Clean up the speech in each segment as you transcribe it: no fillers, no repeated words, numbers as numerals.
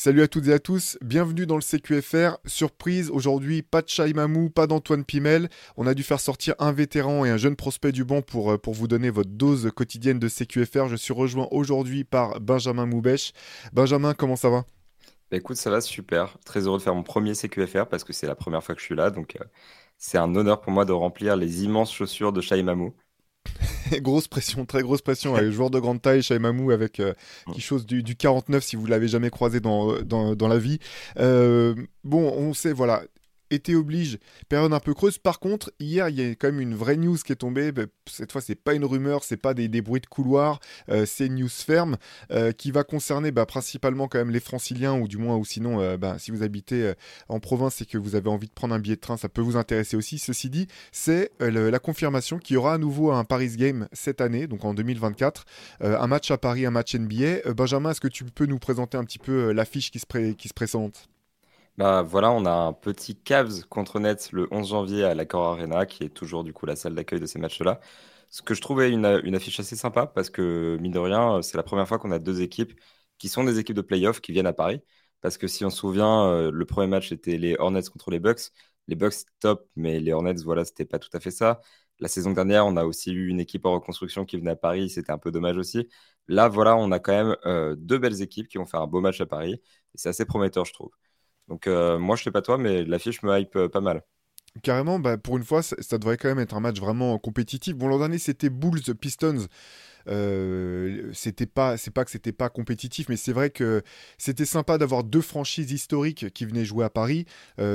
Salut à toutes et à tous, bienvenue dans le CQFR. Surprise, aujourd'hui, pas de Shai Mamou, pas d'Antoine Pimel. On a dû faire sortir un vétéran et un jeune prospect du banc pour vous donner votre dose quotidienne de CQFR. Je suis rejoint aujourd'hui par Benjamin Moubèche. Benjamin, comment ça va? Bah, écoute, ça va super. Très heureux de faire mon premier CQFR parce que c'est la première fois que je suis là. Donc, c'est un honneur pour moi de remplir les immenses chaussures de Shai Mamou. Grosse pression, très grosse pression. Allez, joueur de grande taille, Shai Mamou, avec quelque chose du 49 si vous l'avez jamais croisé dans la vie. Bon, on sait, voilà. Été oblige, période un peu creuse. Par contre, hier, il y a quand même une vraie news qui est tombée. Bah, cette fois, c'est pas une rumeur, c'est pas des bruits de couloir, c'est une news ferme qui va concerner principalement quand même les franciliens, ou du moins, ou sinon, si vous habitez en province et que vous avez envie de prendre un billet de train, ça peut vous intéresser aussi. Ceci dit, c'est la confirmation qu'il y aura à nouveau un Paris Game cette année, donc en 2024, un match à Paris, un match NBA. Benjamin, est-ce que tu peux nous présenter un petit peu l'affiche qui se présente? Bah voilà, on a un petit Cavs contre Nets le 11 janvier à l'Accor Arena, qui est toujours du coup la salle d'accueil de ces matchs-là. Ce que je trouvais une affiche assez sympa parce que, mine de rien, c'est la première fois qu'on a deux équipes qui sont des équipes de playoff qui viennent à Paris. Parce que si on se souvient, le premier match était les Hornets contre les Bucks. Les Bucks, top, mais les Hornets, voilà, c'était pas tout à fait ça. La saison dernière, on a aussi eu une équipe en reconstruction qui venait à Paris, c'était un peu dommage aussi. Là, voilà, on a quand même deux belles équipes qui vont faire un beau match à Paris. Et c'est assez prometteur, je trouve. Donc, moi, je sais pas toi, mais l'affiche me hype pas mal. Carrément, pour une fois, ça devrait quand même être un match vraiment compétitif. Bon, l'an dernier, c'était Bulls Pistons. C'est pas que c'était pas compétitif, mais c'est vrai que c'était sympa d'avoir deux franchises historiques qui venaient jouer à Paris.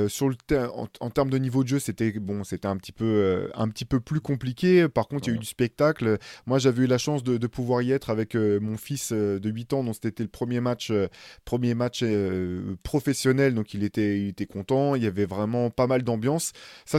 En termes de niveau de jeu, c'était bon, c'était un petit peu plus compliqué. Par contre, il y a eu Mhm. du spectacle. Moi, j'avais eu la chance de pouvoir y être avec mon fils de 8 ans, donc c'était le premier match professionnel, donc il était content. Il y avait vraiment pas mal d'ambiance.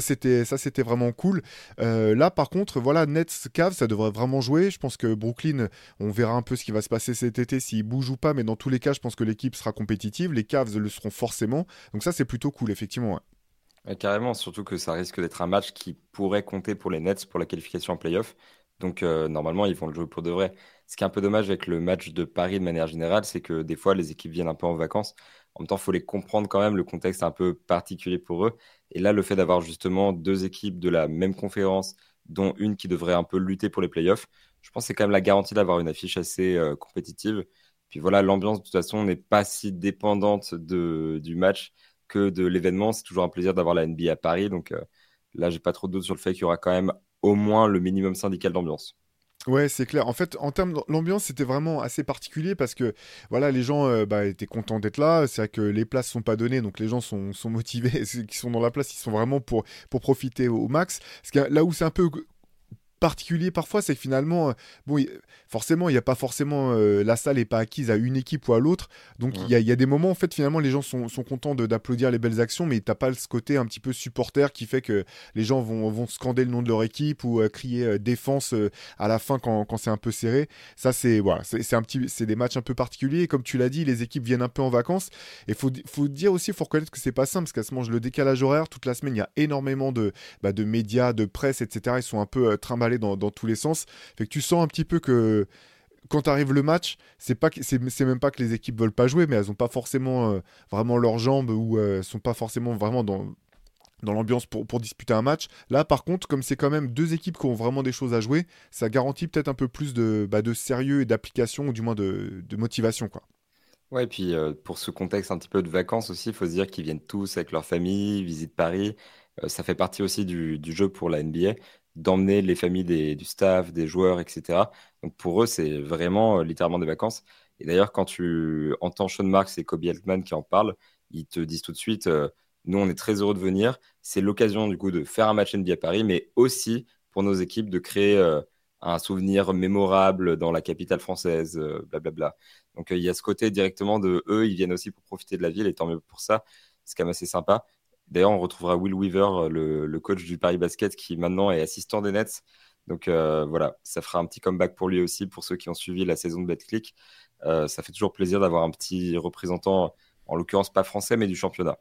Ça, c'était vraiment cool. Là, par contre, voilà, Nets Cavs, ça devrait vraiment jouer. Je pense que Brooklyn, on verra un peu ce qui va se passer cet été, s'ils bougent ou pas, mais dans tous les cas, je pense que l'équipe sera compétitive. Les Cavs le seront forcément. Donc ça, c'est plutôt cool, effectivement. Ouais. Ouais, carrément, surtout que ça risque d'être un match qui pourrait compter pour les Nets pour la qualification en playoff. Donc, normalement, ils vont le jouer pour de vrai. Ce qui est un peu dommage avec le match de Paris de manière générale, c'est que des fois, les équipes viennent un peu en vacances. En même temps, il faut les comprendre quand même. Le contexte est un peu particulier pour eux. Et là, le fait d'avoir justement deux équipes de la même conférence, dont une qui devrait un peu lutter pour les playoffs, je pense que c'est quand même la garantie d'avoir une affiche assez compétitive. Puis voilà, l'ambiance, de toute façon, n'est pas si dépendante du match que de l'événement. C'est toujours un plaisir d'avoir la NBA à Paris. Donc là, j'ai pas trop de doutes sur le fait qu'il y aura quand même au moins le minimum syndical d'ambiance. Ouais, c'est clair. En fait, en termes l'ambiance, c'était vraiment assez particulier parce que voilà, les gens étaient contents d'être là. C'est vrai que les places sont pas données, donc les gens sont motivés. Ceux qui sont dans la place, ils sont vraiment pour profiter au max. Là où c'est un peu particulier parfois, c'est que finalement, forcément, il n'y a pas forcément la salle est pas acquise à une équipe ou à l'autre. Donc Mm. il y a des moments en fait finalement les gens sont contents d'applaudir les belles actions, mais t'as pas ce côté un petit peu supporter qui fait que les gens vont scander le nom de leur équipe ou crier défense à la fin quand c'est un peu serré. Ça c'est voilà, c'est des matchs un peu particuliers. Et comme tu l'as dit, les équipes viennent un peu en vacances. Et faut dire aussi, faut reconnaître que c'est pas simple parce qu'à ce moment le décalage horaire toute la semaine, il y a énormément de médias, de presse, etc. Ils sont un peu trimballés dans tous les sens. Fait que tu sens un petit peu que quand arrive le match, c'est même pas que les équipes veulent pas jouer, mais elles ont pas forcément vraiment leurs jambes ou sont pas forcément vraiment dans l'ambiance pour disputer un match. Là, par contre, comme c'est quand même deux équipes qui ont vraiment des choses à jouer, ça garantit peut-être un peu plus de sérieux et d'application, ou du moins de motivation, quoi. Ouais, et puis pour ce contexte un petit peu de vacances aussi, il faut se dire qu'ils viennent tous avec leur famille, visitent Paris. Ça fait partie aussi du jeu pour la NBA, d'emmener les familles du staff, des joueurs, etc. Donc pour eux, c'est vraiment littéralement des vacances. Et d'ailleurs, quand tu entends Sean Marks et Kobe Altman qui en parlent, ils te disent tout de suite, nous, on est très heureux de venir. C'est l'occasion du coup de faire un match NBA à Paris, mais aussi pour nos équipes de créer un souvenir mémorable dans la capitale française, blablabla. Donc il y a ce côté directement de eux, ils viennent aussi pour profiter de la ville et tant mieux pour ça. C'est quand même assez sympa. D'ailleurs, on retrouvera Will Weaver, le coach du Paris Basket, qui maintenant est assistant des Nets. Donc voilà, ça fera un petit comeback pour lui aussi, pour ceux qui ont suivi la saison de Betclic. Ça fait toujours plaisir d'avoir un petit représentant, en l'occurrence pas français, mais du championnat.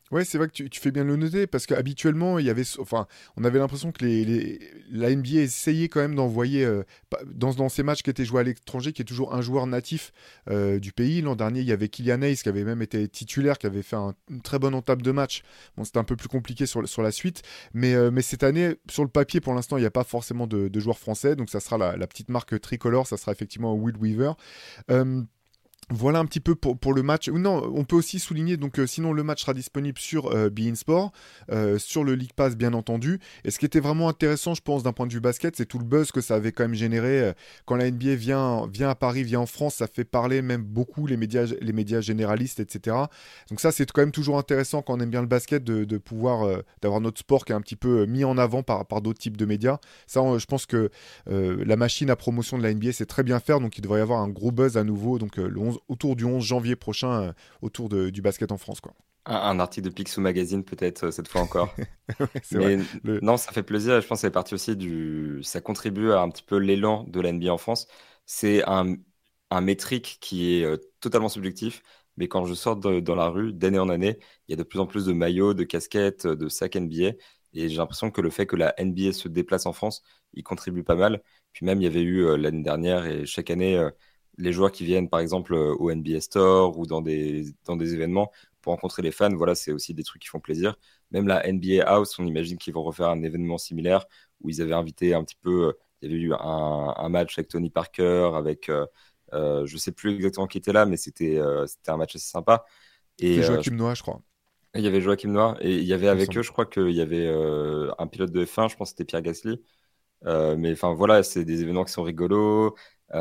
Ouais, c'est vrai que tu fais bien de le noter parce qu'habituellement, enfin, on avait l'impression que la NBA essayait quand même d'envoyer dans ces matchs qui étaient joués à l'étranger, qui est toujours un joueur natif du pays. L'an dernier, il y avait Kylian Hayes qui avait même été titulaire, qui avait fait une très bonne entame de match. Bon, c'était un peu plus compliqué sur la suite, mais cette année, sur le papier, pour l'instant, il n'y a pas forcément de joueurs français, donc ça sera la petite marque tricolore, ça sera effectivement Will Weaver. Euh, voilà un petit peu pour le match. Non, on peut aussi souligner, donc sinon le match sera disponible sur beIN Sport, sur le League Pass bien entendu. Et ce qui était vraiment intéressant, je pense, d'un point de vue basket, c'est tout le buzz que ça avait quand même généré. Quand la NBA vient à Paris, vient en France, ça fait parler même beaucoup les médias généralistes, etc. Donc ça, c'est quand même toujours intéressant quand on aime bien le basket de pouvoir, d'avoir notre sport qui est un petit peu mis en avant par d'autres types de médias. Ça, je pense que la machine à promotion de la NBA, c'est très bien faire, donc il devrait y avoir un gros buzz à nouveau, donc autour du 11 janvier prochain, autour du basket en France, quoi. Un article de Picsou Magazine, peut-être, cette fois encore. Ouais, c'est vrai. Mais Le... non, ça fait plaisir. Je pense que ça fait partie aussi ça contribue à un petit peu l'élan de la NBA en France. C'est un métrique qui est totalement subjectif. Mais quand je sors dans la rue, d'année en année, il y a de plus en plus de maillots, de casquettes, de sacs NBA. Et j'ai l'impression que le fait que la NBA se déplace en France, il contribue pas mal. Puis même, il y avait eu l'année dernière et chaque année, les joueurs qui viennent, par exemple, au NBA Store ou dans des événements pour rencontrer les fans. Voilà, c'est aussi des trucs qui font plaisir. Même la NBA House, on imagine qu'ils vont refaire un événement similaire où ils avaient invité un petit peu. Il y avait eu un match avec Tony Parker, avec. Je sais plus exactement qui était là, mais c'était un match assez sympa. Et C'était Joachim Noah, je crois, il y avait Joachim Noah et il y avait il me avec eux, semble. je crois qu'il y avait un pilote de F1, je pense que c'était Pierre Gasly. Mais enfin voilà, c'est des événements qui sont rigolos.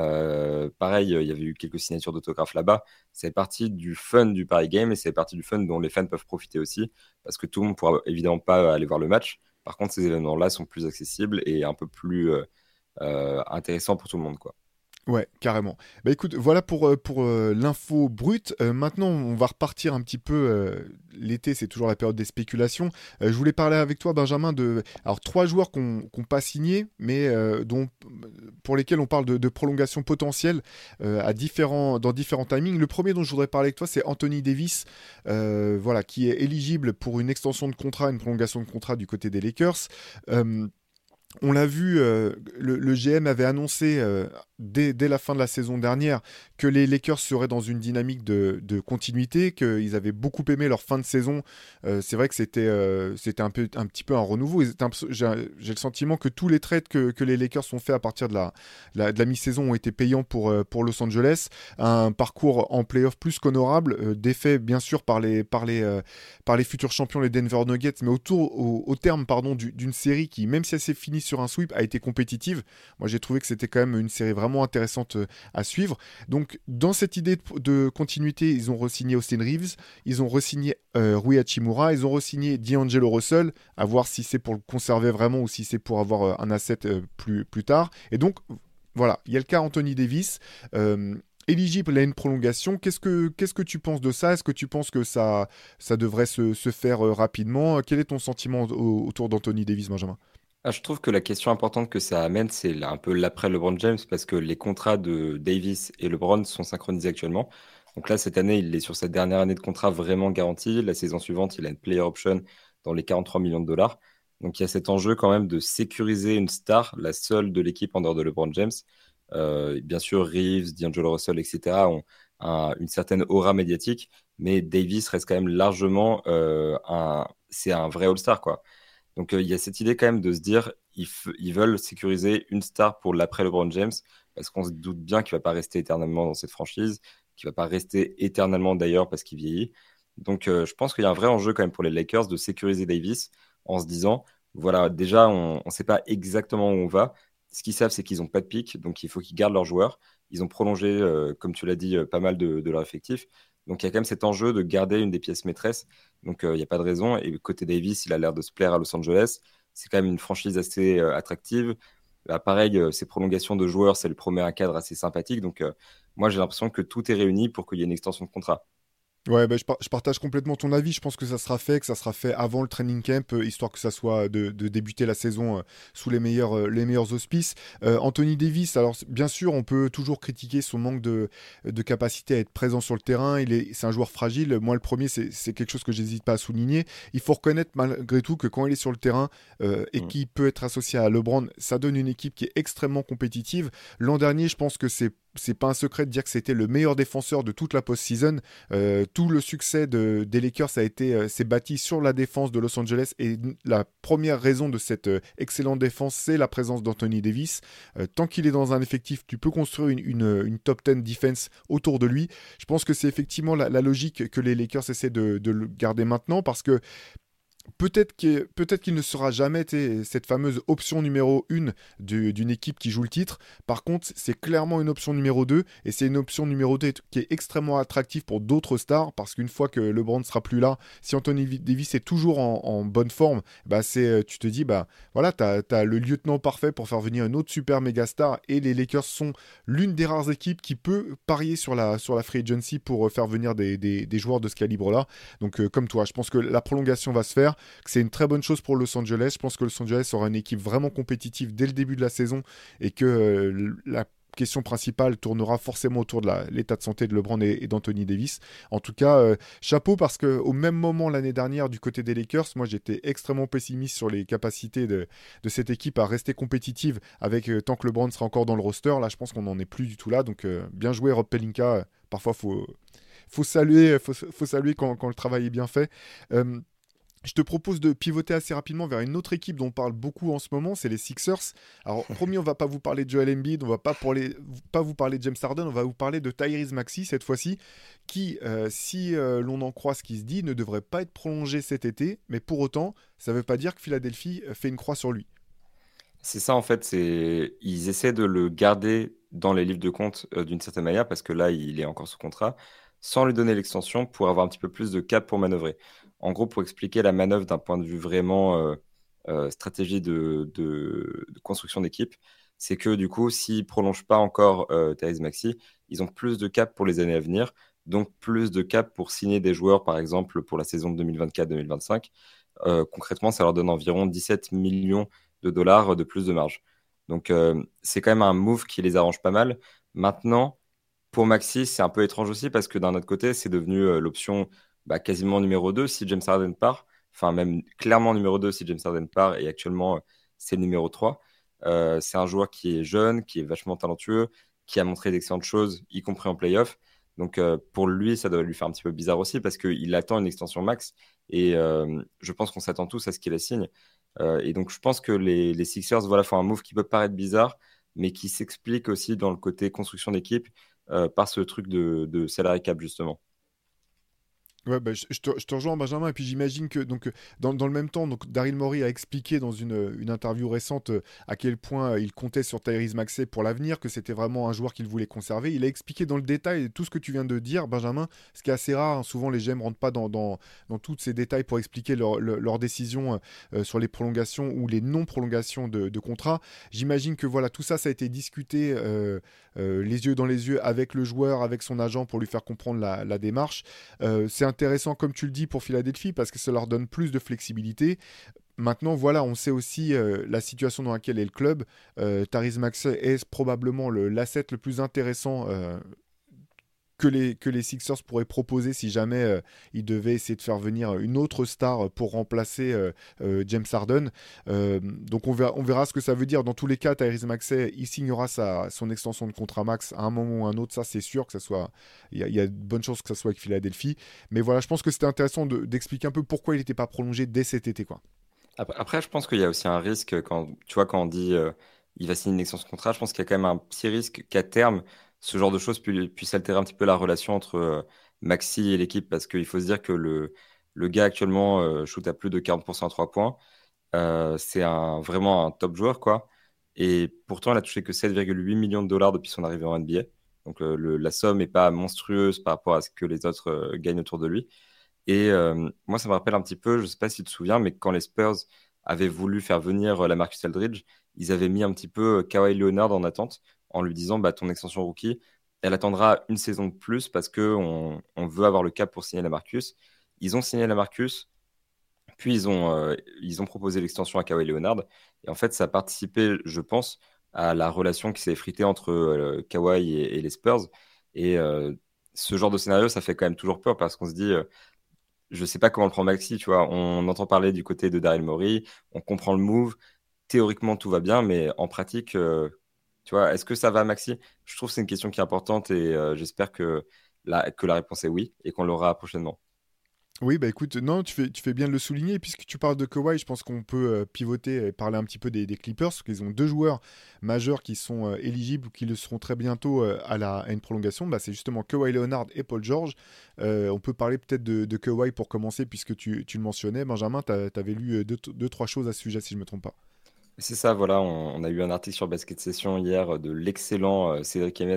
Pareil, il y avait eu quelques signatures d'autographes là-bas. C'est parti du fun du Paris Game et c'est parti du fun dont les fans peuvent profiter aussi parce que tout le monde ne pourra évidemment pas aller voir le match. Par contre, ces événements-là sont plus accessibles et un peu plus intéressants pour tout le monde, quoi. Ouais, carrément. Bah écoute, voilà pour l'info brute. Maintenant, on va repartir un petit peu. L'été, c'est toujours la période des spéculations. Je voulais parler avec toi, Benjamin, alors 3 joueurs qu'on pas signés, mais pour lesquels on parle de prolongation potentielle dans différents timings. Le premier dont je voudrais parler avec toi, c'est Anthony Davis, voilà, qui est éligible pour une extension de contrat, une prolongation de contrat du côté des Lakers. On l'a vu, le GM avait annoncé dès la fin de la saison dernière que les Lakers seraient dans une dynamique de continuité, qu'ils avaient beaucoup aimé leur fin de saison. C'est vrai que c'était un petit peu un renouveau. J'ai le sentiment que tous les trades que les Lakers ont fait à partir de la mi-saison ont été payants pour Los Angeles. Un parcours en playoff plus qu'honorable, défait bien sûr par les futurs champions, les Denver Nuggets, mais au terme pardon, d'une série qui, même si elle s'est finie sur un sweep, a été compétitive. Moi, j'ai trouvé que c'était quand même une série vraiment intéressante à suivre. Donc, dans cette idée de continuité, ils ont re-signé Austin Reeves, ils ont re-signé Rui Hachimura, ils ont re-signé D'Angelo Russell, à voir si c'est pour le conserver vraiment ou si c'est pour avoir un asset plus tard. Et donc, voilà, il y a le cas Anthony Davis. Éligible à une prolongation, qu'est-ce que tu penses de ça? Est-ce que tu penses que ça devrait se faire rapidement? Quel est ton sentiment autour d'Anthony Davis, Benjamin? Ah, je trouve que la question importante que ça amène, c'est un peu l'après LeBron James, parce que les contrats de Davis et LeBron sont synchronisés actuellement. Donc là, cette année, il est sur sa dernière année de contrat vraiment garantie. La saison suivante, il a une player option dans les 43 millions de dollars. Donc il y a cet enjeu quand même de sécuriser une star, la seule de l'équipe en dehors de LeBron James. Bien sûr, Reeves, D'Angelo Russell, etc. ont une certaine aura médiatique, mais Davis reste quand même largement c'est un vrai All-Star, quoi. Donc, il y a cette idée quand même de se dire, ils veulent sécuriser une star pour l'après LeBron James, parce qu'on se doute bien qu'il ne va pas rester éternellement dans cette franchise, qu'il ne va pas rester éternellement d'ailleurs parce qu'il vieillit. Donc, je pense qu'il y a un vrai enjeu quand même pour les Lakers de sécuriser Davis en se disant, voilà, déjà, on ne sait pas exactement où on va. Ce qu'ils savent, c'est qu'ils n'ont pas de pic, donc il faut qu'ils gardent leurs joueurs. Ils ont prolongé, comme tu l'as dit, pas mal de leur effectif. Donc, il y a quand même cet enjeu de garder une des pièces maîtresses. Donc, il n'y a pas de raison. Et côté Davis, il a l'air de se plaire à Los Angeles. C'est quand même une franchise assez attractive. Là, pareil, ces prolongations de joueurs, ça lui promet un cadre assez sympathique. Donc, moi, j'ai l'impression que tout est réuni pour qu'il y ait une extension de contrat. Ouais, bah, je partage complètement ton avis. Je pense que ça sera fait, que ça sera fait avant le training camp, histoire que ça soit de débuter la saison sous les meilleurs auspices. Anthony Davis, alors bien sûr, on peut toujours critiquer son manque de capacité à être présent sur le terrain. C'est un joueur fragile. Moi, le premier, c'est quelque chose que j'hésite pas à souligner. Il faut reconnaître malgré tout que quand il est sur le terrain et Mm. qu'il peut être associé à LeBron, ça donne une équipe qui est extrêmement compétitive. L'an dernier, je pense que c'est pas un secret de dire que c'était le meilleur défenseur de toute la post-season. Tout le succès des Lakers s'est bâti sur la défense de Los Angeles et la première raison de cette excellente défense, c'est la présence d'Anthony Davis. Tant qu'il est dans un effectif, tu peux construire une top 10 defense autour de lui. Je pense que c'est effectivement la logique que les Lakers essaient de le garder maintenant parce que peut-être qu'il ne sera jamais cette fameuse option numéro 1 d'une équipe qui joue le titre. Par contre, c'est clairement une option numéro 2 et c'est une option numéro 2 qui est extrêmement attractive pour d'autres stars parce qu'une fois que LeBron ne sera plus là, si Anthony Davis est toujours en bonne forme, bah tu te dis, bah voilà, t'as le lieutenant parfait pour faire venir une autre super méga star et les Lakers sont l'une des rares équipes qui peut parier sur la free agency pour faire venir des joueurs de ce calibre-là. Donc, comme toi, je pense que la prolongation va se faire, que c'est une très bonne chose pour Los Angeles. Je pense que Los Angeles aura une équipe vraiment compétitive dès le début de la saison et que la question principale tournera forcément autour de l'état de santé de LeBron et d'Anthony Davis. En tout cas, chapeau parce qu'au même moment l'année dernière du côté des Lakers, moi j'étais extrêmement pessimiste sur les capacités de cette équipe à rester compétitive avec tant que LeBron sera encore dans le roster. Là, je pense qu'on n'en est plus du tout là. Donc, bien joué Rob Pelinka. Parfois, faut saluer quand le travail est bien fait. Euh, je te propose de pivoter assez rapidement vers une autre équipe dont on parle beaucoup en ce moment, c'est les Sixers. Alors, promis, on va pas vous parler de Joel Embiid, on va pas vous parler de James Harden, on va vous parler de Tyrese Maxey cette fois-ci, qui, si l'on en croit ce qui se dit, ne devrait pas être prolongé cet été, mais pour autant, ça ne veut pas dire que Philadelphie fait une croix sur lui. C'est ça en fait, ils essaient de le garder dans les livres de compte d'une certaine manière parce que là il est encore sous contrat, sans lui donner l'extension pour avoir un petit peu plus de cap pour manœuvrer. En gros, pour expliquer la manœuvre d'un point de vue vraiment stratégie de construction d'équipe, c'est que du coup, s'ils prolongent pas encore Therese Maxi, ils ont plus de cap pour les années à venir, donc plus de cap pour signer des joueurs, par exemple pour la saison 2024-2025. Concrètement, ça leur donne environ 17 millions de dollars de plus de marge. Donc, c'est quand même un move qui les arrange pas mal. Maintenant, pour Maxi, c'est un peu étrange aussi parce que d'un autre côté, c'est devenu l'option quasiment numéro 2 si James Harden part. Enfin, même clairement numéro 2 si James Harden part. Et actuellement, c'est le numéro 3. C'est un joueur qui est jeune, qui est vachement talentueux, qui a montré d'excellentes choses, y compris en playoff. Donc, pour lui, ça doit lui faire un petit peu bizarre aussi parce qu'il attend une extension max. Et je pense qu'on s'attend tous à ce qu'il la signe. Et donc, je pense que les Sixers voilà, font un move qui peut paraître bizarre, mais qui s'explique aussi dans le côté construction d'équipe par ce truc de salary cap, justement. Ouais, bah, je te rejoins, Benjamin. Et puis j'imagine que donc, dans le même temps, donc, Daryl Morey a expliqué dans une interview récente à quel point il comptait sur Tyrese Maxey pour l'avenir, que c'était vraiment un joueur qu'il voulait conserver. Il a expliqué dans le détail tout ce que tu viens de dire, Benjamin, ce qui est assez rare. Hein. Souvent, les GM ne rentrent pas dans tous ces détails pour expliquer leur décision sur les prolongations ou les non-prolongations de contrat. J'imagine que voilà, tout ça, ça a été discuté les yeux dans les yeux avec le joueur, avec son agent pour lui faire comprendre la démarche. C'est intéressant, comme tu le dis, pour Philadelphie parce que ça leur donne plus de flexibilité. Maintenant, voilà, on sait aussi la situation dans laquelle est le club. Tyrese Maxey est probablement l'asset le plus intéressant que les Sixers pourraient proposer si jamais ils devaient essayer de faire venir une autre star pour remplacer James Harden. Donc on verra ce que ça veut dire. Dans tous les cas, Tyrese Maxey, il signera son extension de contrat max à un moment ou à un autre. Ça, c'est sûr que ça soit. Il y a de bonnes chances que ça soit avec Philadelphie. Mais voilà, je pense que c'était intéressant d'expliquer un peu pourquoi il n'était pas prolongé dès cet été, quoi. Après, je pense qu'il y a aussi un risque quand, tu vois, quand on dit il va signer une extension de contrat, je pense qu'il y a quand même un petit risque qu'à terme, ce genre de choses puisse altérer un petit peu la relation entre Maxi et l'équipe parce qu'il faut se dire que le gars actuellement shoot à plus de 40% à 3 points. C'est vraiment un top joueur, quoi. Et pourtant, il a touché que 7,8 millions de dollars depuis son arrivée en NBA. Donc, la somme n'est pas monstrueuse par rapport à ce que les autres gagnent autour de lui. Et moi, ça me rappelle un petit peu, je ne sais pas si tu te souviens, mais quand les Spurs avaient voulu faire venir la Marcus Aldridge, ils avaient mis un petit peu Kawhi Leonard en attente en lui disant bah, ton extension rookie, elle attendra une saison de plus parce qu'on veut avoir le cap pour signer Lamarcus. Ils ont signé Lamarcus, puis ils ont proposé l'extension à Kawhi Leonard. Et en fait, ça a participé, je pense, à la relation qui s'est effritée entre Kawhi et les Spurs. Et ce genre de scénario, ça fait quand même toujours peur parce qu'on se dit, je sais pas comment le prend Maxi, tu vois. On entend parler du côté de Daryl Morey, on comprend le move. Théoriquement, tout va bien, mais en pratique, tu vois, est-ce que ça va, Maxi? Je trouve que c'est une question qui est importante et j'espère que la réponse est oui et qu'on l'aura prochainement. Oui, bah écoute, non, tu fais bien de le souligner. Puisque tu parles de Kawhi, je pense qu'on peut pivoter et parler un petit peu des Clippers, parce qu'ils ont deux joueurs majeurs qui sont éligibles ou qui le seront très bientôt à une prolongation. Bah, c'est justement Kawhi Leonard et Paul George. On peut parler peut-être de Kawhi pour commencer, puisque tu le mentionnais. Benjamin, tu avais lu deux, trois choses à ce sujet, si je ne me trompe pas. C'est ça, voilà, on a eu un article sur Basket Session hier de l'excellent Cédric Emes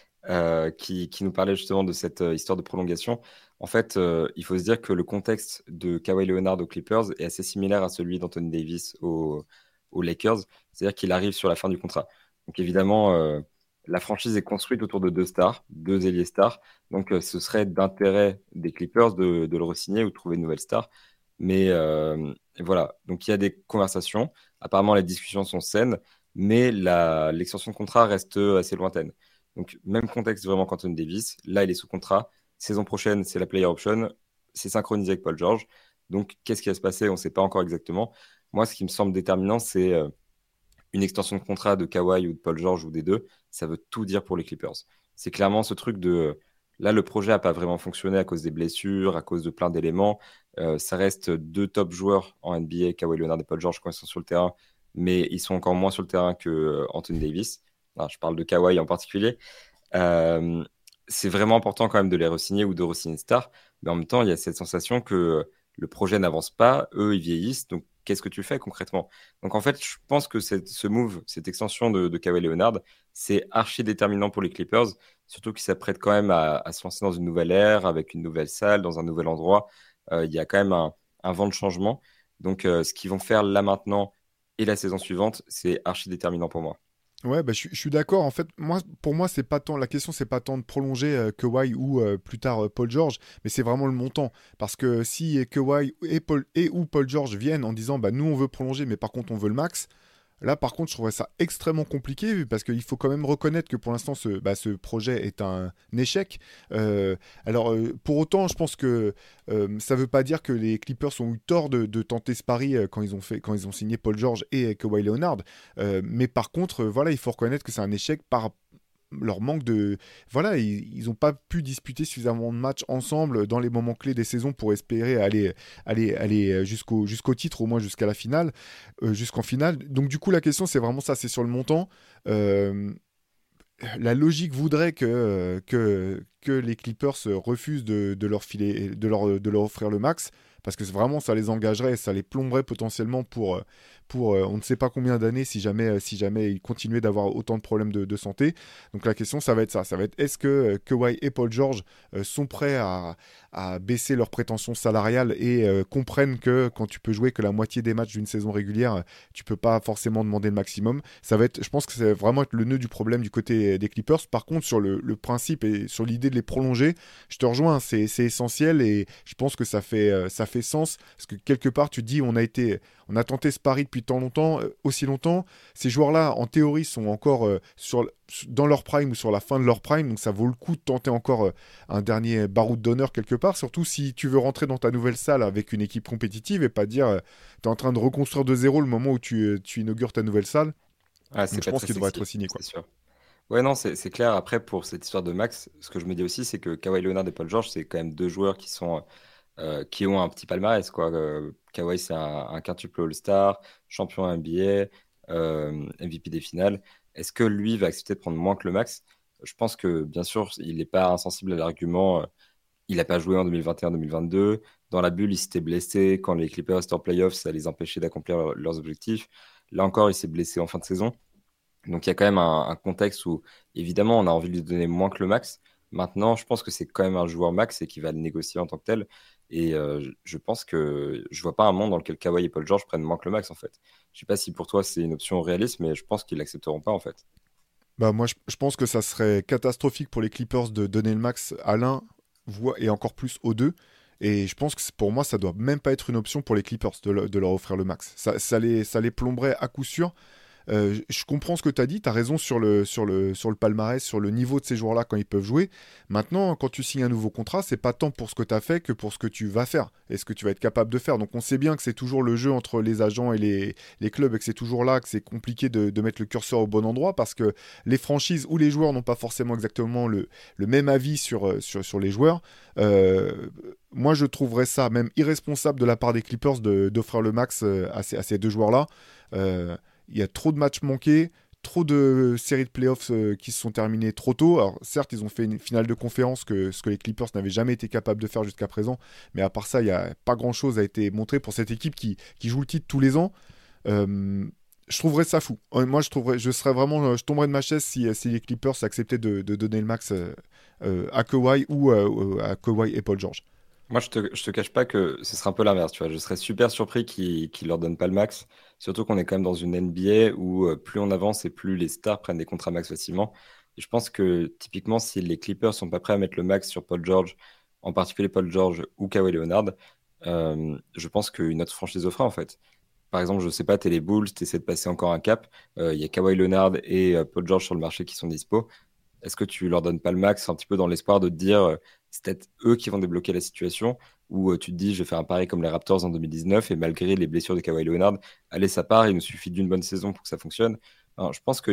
qui nous parlait justement de cette histoire de prolongation. En fait, il faut se dire que le contexte de Kawhi Leonard aux Clippers est assez similaire à celui d'Anthony Davis aux Lakers, c'est-à-dire qu'il arrive sur la fin du contrat. Donc évidemment, la franchise est construite autour de deux stars, deux ailiers stars, donc ce serait d'intérêt des Clippers de le re-signer ou de trouver une nouvelle star. Mais voilà, donc il y a des conversations. Apparemment, les discussions sont saines, mais l'extension de contrat reste assez lointaine. Donc, même contexte vraiment qu'Anthony Davis. Là, il est sous contrat. Saison prochaine, c'est la player option. C'est synchronisé avec Paul George. Donc, qu'est-ce qui va se passer? On ne sait pas encore exactement. Moi, ce qui me semble déterminant, c'est une extension de contrat de Kawhi ou de Paul George ou des deux. Ça veut tout dire pour les Clippers. C'est clairement ce truc de. Là, le projet n'a pas vraiment fonctionné à cause des blessures, à cause de plein d'éléments. Ça reste deux top joueurs en NBA, Kawhi Leonard et Paul George, quand ils sont sur le terrain, mais ils sont encore moins sur le terrain que Anthony Davis. Enfin, je parle de Kawhi en particulier. Euh, c'est vraiment important quand même de les re-signer ou de re-signer une star, mais en même temps, il y a cette sensation que le projet n'avance pas, eux, ils vieillissent, donc qu'est-ce que tu fais concrètement? Donc en fait, je pense que ce move, cette extension de Kawhi Leonard, c'est archi déterminant pour les Clippers, surtout qu'ils s'apprêtent quand même à se lancer dans une nouvelle ère, avec une nouvelle salle, dans un nouvel endroit. Il y a quand même un vent de changement. Donc ce qu'ils vont faire là maintenant et la saison suivante, c'est archi déterminant pour moi. Ouais, bah, je suis d'accord. En fait, pour moi, c'est pas tant la question, c'est pas tant de prolonger Kawhi ou plus tard Paul George, mais c'est vraiment le montant. Parce que si Kawhi et ou Paul George viennent en disant, bah nous on veut prolonger, mais par contre on veut le max. Là, par contre, je trouverais ça extrêmement compliqué parce qu'il faut quand même reconnaître que pour l'instant, ce projet est un échec. Pour autant, je pense que ça ne veut pas dire que les Clippers ont eu tort de tenter ce pari quand ils ont signé Paul George et Kawhi Leonard. Mais par contre, voilà, il faut reconnaître que c'est un échec par leur manque de... Voilà, ils n'ont pas pu disputer suffisamment de matchs ensemble dans les moments clés des saisons pour espérer aller jusqu'au titre, au moins jusqu'à la finale, jusqu'en finale. Donc du coup, la question, c'est vraiment ça, c'est sur le montant. Euh, la logique voudrait que les Clippers refusent de leur filer, de leur offrir le max, parce que vraiment ça les engagerait, ça les plomberait potentiellement pour on ne sait pas combien d'années si jamais ils continuaient d'avoir autant de problèmes de santé. Donc la question ça va être ça, ça va être est-ce que Kawhi et Paul George sont prêts à baisser leurs prétentions salariales et comprennent que quand tu peux jouer que la moitié des matchs d'une saison régulière, tu peux pas forcément demander le maximum. Ça va être, je pense que c'est vraiment être le nœud du problème du côté des Clippers. Par contre, sur le principe et sur l'idée de les prolonger, je te rejoins, c'est essentiel et je pense que ça fait sens parce que quelque part, tu te dis, on a tenté ce pari depuis tant longtemps, aussi longtemps. Ces joueurs-là, en théorie, sont encore dans leur prime ou sur la fin de leur prime, donc ça vaut le coup de tenter encore un dernier baroud d'honneur quelque part, surtout si tu veux rentrer dans ta nouvelle salle avec une équipe compétitive et pas dire tu es en train de reconstruire de zéro le moment où tu inaugures ta nouvelle salle. Ah, c'est Donc je pas pense très qu'il devrait sexy, être signé, quoi. c'est sûr. Ouais, non, c'est clair. Après, pour cette histoire de Max, ce que je me dis aussi, c'est que Kawhi Leonard et Paul George, c'est quand même deux joueurs qui ont un petit palmarès, quoi. Kawhi, c'est un quintuple All-Star, champion NBA, MVP des finales. Est-ce que lui va accepter de prendre moins que le max? Je pense que, bien sûr, il n'est pas insensible à l'argument. Il n'a pas joué en 2021-2022. Dans la bulle, il s'était blessé. Quand les Clippers étaient en playoffs, ça les empêchait d'accomplir leurs objectifs. Là encore, il s'est blessé en fin de saison. Donc il y a quand même un contexte où, évidemment, on a envie de lui donner moins que le max. Maintenant, je pense que c'est quand même un joueur max et qu'il va le négocier en tant que tel. Et je pense que je vois pas un monde dans lequel Kawhi et Paul George prennent moins que le max, en fait. Je sais pas si pour toi c'est une option réaliste, mais je pense qu'ils l'accepteront pas, en fait. Bah moi, je pense que ça serait catastrophique pour les Clippers de donner le max à l'un et encore plus aux deux. Et je pense que pour moi, ça doit même pas être une option pour les Clippers de leur offrir le max. Ça les plomberait à coup sûr. Je comprends ce que tu as dit, tu as raison sur le palmarès, sur le niveau de ces joueurs-là quand ils peuvent jouer. Maintenant, quand tu signes un nouveau contrat, c'est pas tant pour ce que tu as fait que pour ce que tu vas faire et ce que tu vas être capable de faire. Donc on sait bien que c'est toujours le jeu entre les agents et les clubs et que c'est toujours là que c'est compliqué de mettre le curseur au bon endroit parce que les franchises ou les joueurs n'ont pas forcément exactement le même avis sur les joueurs. Moi, je trouverais ça même irresponsable de la part des Clippers d'offrir le max à ces deux joueurs-là. Euh, il y a trop de matchs manqués, trop de séries de playoffs qui se sont terminées trop tôt. Alors certes, ils ont fait une finale de conférence ce que les Clippers n'avaient jamais été capables de faire jusqu'à présent. Mais à part ça, il n'y a pas grand-chose a été montré pour cette équipe qui joue le titre tous les ans. Je trouverais ça fou. Moi, je serais vraiment, je tomberais de ma chaise si les Clippers acceptaient de donner le max à Kawhi ou à Kawhi et Paul George. Moi, je te cache pas que ce serait un peu l'inverse, tu vois. Je serais super surpris qu'ils leur donnent pas le max. Surtout qu'on est quand même dans une NBA où plus on avance et plus les stars prennent des contrats max facilement. Et je pense que typiquement, si les Clippers sont pas prêts à mettre le max sur Paul George, en particulier Paul George ou Kawhi Leonard, je pense qu'une autre franchise le fera en fait. Par exemple, je sais pas, t'es les Bulls, t'essaies de passer encore un cap. Il y a Kawhi Leonard et Paul George sur le marché qui sont dispo. Est-ce que tu leur donnes pas le max un petit peu dans l'espoir de te dire c'est peut-être eux qui vont débloquer la situation ou tu te dis je vais faire un pari comme les Raptors en 2019 et malgré les blessures de Kawhi Leonard, allez, ça part, il nous suffit d'une bonne saison pour que ça fonctionne. Alors, je pense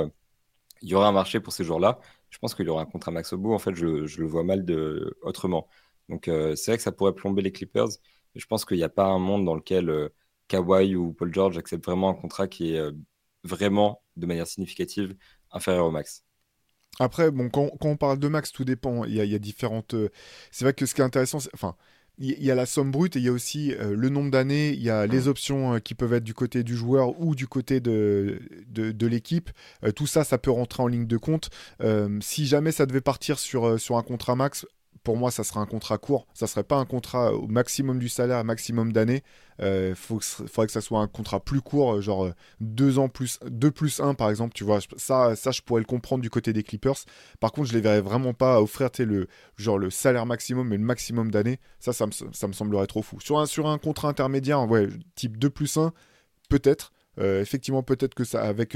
il y aura un marché pour ces joueurs-là. Je pense qu'il y aura un contrat max au bout. En fait, je le vois mal autrement. Donc, c'est vrai que ça pourrait plomber les Clippers. Mais je pense qu'il n'y a pas un monde dans lequel Kawhi ou Paul George acceptent vraiment un contrat qui est vraiment, de manière significative, inférieur au max. Après, bon, quand on parle de max, tout dépend. Il y a différentes. C'est vrai que ce qui est intéressant, enfin, il y a la somme brute et il y a aussi le nombre d'années. Il y a les options qui peuvent être du côté du joueur ou du côté de l'équipe. Tout ça, ça peut rentrer en ligne de compte. Si jamais ça devait partir sur un contrat max, pour moi, ça serait un contrat court. Ça serait pas un contrat au maximum du salaire, maximum d'années. Faudrait que ça soit un contrat plus court, genre 2 ans plus 2 plus un par exemple. Tu vois, ça, je pourrais le comprendre du côté des Clippers. Par contre, je les verrais vraiment pas offrir le salaire maximum et le maximum d'années. Ça me semblerait trop fou. Sur un contrat intermédiaire, ouais, type 2 plus un peut-être. Effectivement, peut-être que ça, avec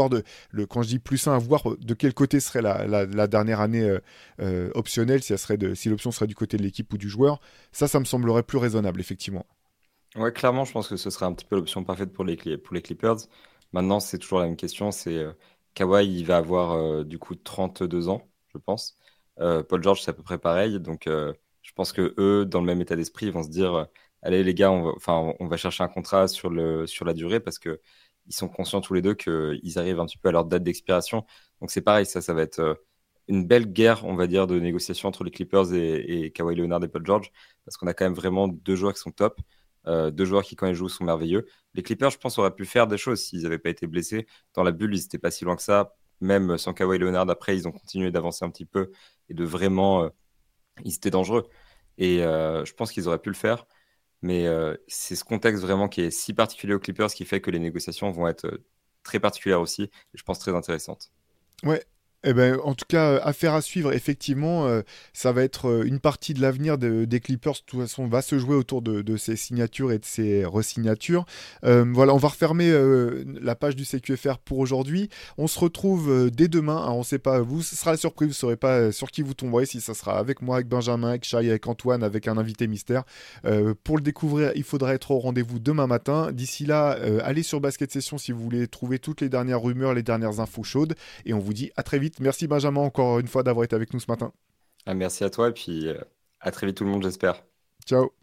quand je dis plus un, à voir de quel côté serait la dernière année optionnelle, si l'option serait du côté de l'équipe ou du joueur, ça me semblerait plus raisonnable, effectivement. Ouais, clairement, je pense que ce serait un petit peu l'option parfaite pour les Clippers. Maintenant, c'est toujours la même question. C'est Kawhi, il va avoir du coup 32 ans, je pense. Paul George, c'est à peu près pareil. Donc, je pense que eux, dans le même état d'esprit, ils vont se dire, allez les gars, on va chercher un contrat sur la durée parce que ils sont conscients tous les deux qu'ils arrivent un petit peu à leur date d'expiration. Donc, c'est pareil, ça va être une belle guerre, on va dire, de négociation entre les Clippers et Kawhi Leonard et Paul George parce qu'on a quand même vraiment deux joueurs qui sont top. Deux joueurs qui, quand ils jouent, sont merveilleux. Les Clippers, je pense, auraient pu faire des choses s'ils n'avaient pas été blessés. Dans la bulle, ils n'étaient pas si loin que ça. Même sans Kawhi Leonard, après, ils ont continué d'avancer un petit peu et de vraiment. Ils étaient dangereux. Et je pense qu'ils auraient pu le faire. Mais c'est ce contexte vraiment qui est si particulier aux Clippers qui fait que les négociations vont être très particulières aussi. Et je pense très intéressantes. Ouais. Eh ben, en tout cas, affaire à suivre, effectivement, ça va être une partie de l'avenir des Clippers, de toute façon, va se jouer autour de ces signatures et de ces resignatures. Voilà, on va refermer la page du CQFR pour aujourd'hui. On se retrouve dès demain. Alors, on ne sait pas, vous, ce sera la surprise, vous ne saurez pas sur qui vous tomberez, si ça sera avec moi, avec Benjamin, avec Shai, avec Antoine, avec un invité mystère. Pour le découvrir, il faudra être au rendez-vous demain matin. D'ici là, allez sur Basket Session si vous voulez trouver toutes les dernières rumeurs, les dernières infos chaudes. Et on vous dit à très vite. Merci Benjamin encore une fois d'avoir été avec nous ce matin. Ah, merci à toi et puis à très vite tout le monde, j'espère. Ciao.